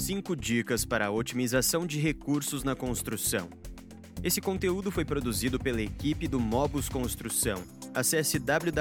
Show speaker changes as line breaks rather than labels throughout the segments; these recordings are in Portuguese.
5 dicas para a otimização de recursos na construção. Esse conteúdo foi produzido pela equipe do Mobus Construção. Acesse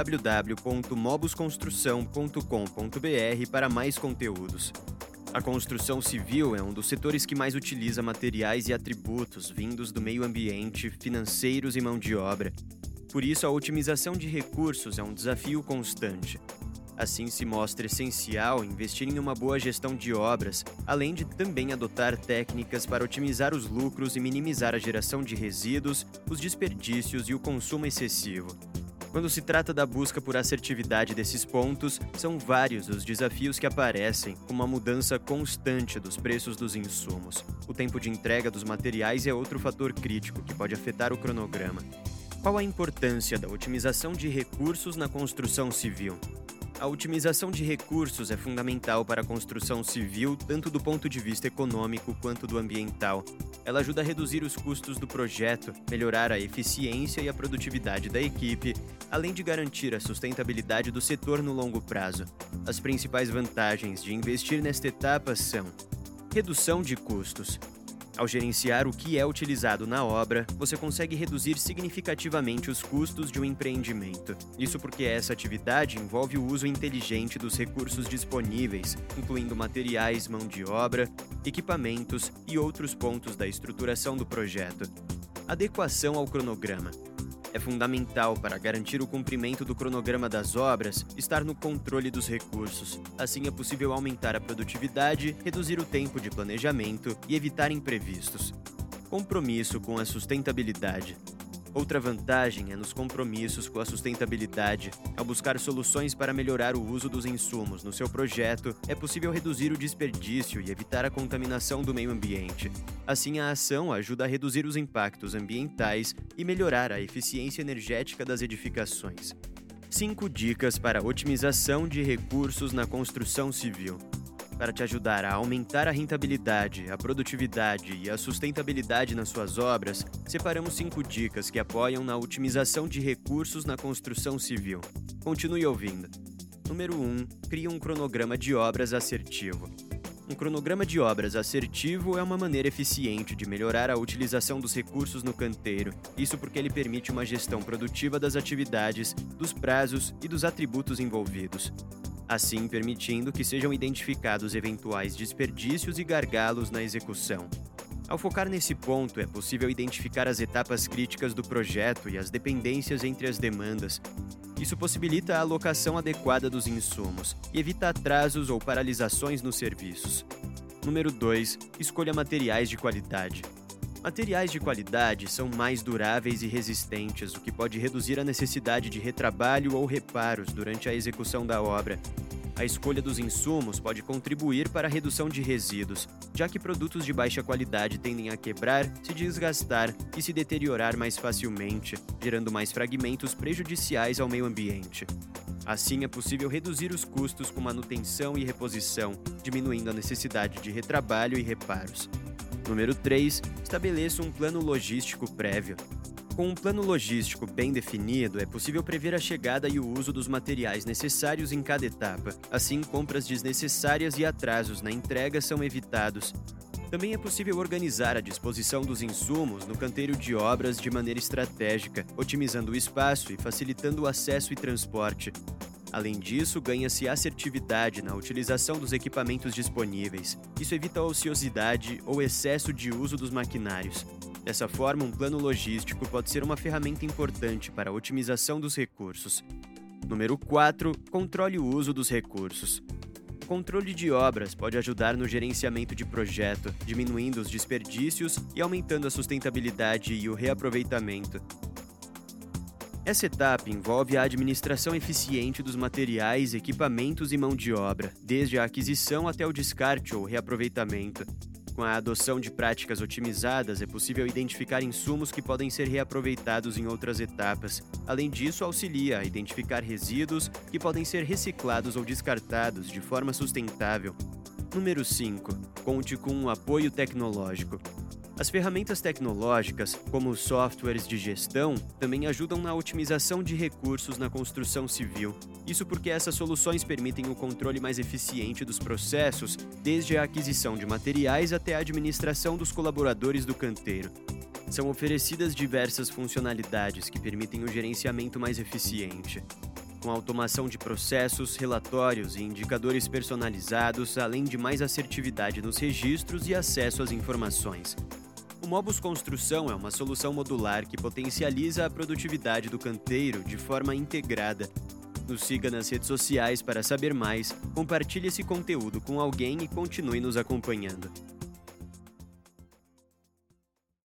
www.mobusconstrução.com.br para mais conteúdos. A construção civil é um dos setores que mais utiliza materiais e atributos vindos do meio ambiente, financeiros e mão de obra. Por isso, a otimização de recursos é um desafio constante. Assim, se mostra essencial investir em uma boa gestão de obras, além de também adotar técnicas para otimizar os lucros e minimizar a geração de resíduos, os desperdícios e o consumo excessivo. Quando se trata da busca por assertividade desses pontos, são vários os desafios que aparecem, como a mudança constante dos preços dos insumos. O tempo de entrega dos materiais é outro fator crítico que pode afetar o cronograma. Qual a importância da otimização de recursos na construção civil? A otimização de recursos é fundamental para a construção civil, tanto do ponto de vista econômico quanto do ambiental. Ela ajuda a reduzir os custos do projeto, melhorar a eficiência e a produtividade da equipe, além de garantir a sustentabilidade do setor no longo prazo. As principais vantagens de investir nesta etapa são: redução de custos. Ao gerenciar o que é utilizado na obra, você consegue reduzir significativamente os custos de um empreendimento. Isso porque essa atividade envolve o uso inteligente dos recursos disponíveis, incluindo materiais, mão de obra, equipamentos e outros pontos da estruturação do projeto. Adequação ao cronograma. É fundamental para garantir o cumprimento do cronograma das obras estar no controle dos recursos. Assim é possível aumentar a produtividade, reduzir o tempo de planejamento e evitar imprevistos. Compromisso com a sustentabilidade. Outra vantagem é nos compromissos com a sustentabilidade. Ao buscar soluções para melhorar o uso dos insumos no seu projeto, é possível reduzir o desperdício e evitar a contaminação do meio ambiente. Assim, a ação ajuda a reduzir os impactos ambientais e melhorar a eficiência energética das edificações. 5 dicas para a otimização de recursos na construção civil. Para te ajudar a aumentar a rentabilidade, a produtividade e a sustentabilidade nas suas obras, separamos 5 dicas que apoiam na otimização de recursos na construção civil. Continue ouvindo. Número 1. Crie um cronograma de obras assertivo. Um cronograma de obras assertivo é uma maneira eficiente de melhorar a utilização dos recursos no canteiro. Isso porque ele permite uma gestão produtiva das atividades, dos prazos e dos atributos envolvidos, assim permitindo que sejam identificados eventuais desperdícios e gargalos na execução. Ao focar nesse ponto, é possível identificar as etapas críticas do projeto e as dependências entre as demandas. Isso possibilita a alocação adequada dos insumos e evita atrasos ou paralisações nos serviços. Número 2. Escolha materiais de qualidade. Materiais de qualidade são mais duráveis e resistentes, o que pode reduzir a necessidade de retrabalho ou reparos durante a execução da obra. A escolha dos insumos pode contribuir para a redução de resíduos, já que produtos de baixa qualidade tendem a quebrar, se desgastar e se deteriorar mais facilmente, gerando mais fragmentos prejudiciais ao meio ambiente. Assim, é possível reduzir os custos com manutenção e reposição, diminuindo a necessidade de retrabalho e reparos. Número 3. Estabeleça um plano logístico prévio. Com um plano logístico bem definido, é possível prever a chegada e o uso dos materiais necessários em cada etapa. Assim, compras desnecessárias e atrasos na entrega são evitados. Também é possível organizar a disposição dos insumos no canteiro de obras de maneira estratégica, otimizando o espaço e facilitando o acesso e transporte. Além disso, ganha-se assertividade na utilização dos equipamentos disponíveis. Isso evita a ociosidade ou excesso de uso dos maquinários. Dessa forma, um plano logístico pode ser uma ferramenta importante para a otimização dos recursos. Número 4. Controle o uso dos recursos. O controle de obras pode ajudar no gerenciamento de projeto, diminuindo os desperdícios e aumentando a sustentabilidade e o reaproveitamento. Essa etapa envolve a administração eficiente dos materiais, equipamentos e mão de obra, desde a aquisição até o descarte ou reaproveitamento. Com a adoção de práticas otimizadas, é possível identificar insumos que podem ser reaproveitados em outras etapas. Além disso, auxilia a identificar resíduos que podem ser reciclados ou descartados de forma sustentável. Número 5. Conte com um apoio tecnológico. As ferramentas tecnológicas, como os softwares de gestão, também ajudam na otimização de recursos na construção civil. Isso porque essas soluções permitem o controle mais eficiente dos processos, desde a aquisição de materiais até a administração dos colaboradores do canteiro. São oferecidas diversas funcionalidades que permitem o gerenciamento mais eficiente, com automação de processos, relatórios e indicadores personalizados, além de mais assertividade nos registros e acesso às informações. O Mobus Construção é uma solução modular que potencializa a produtividade do canteiro de forma integrada. Nos siga nas redes sociais para saber mais, compartilhe esse conteúdo com alguém e continue nos acompanhando.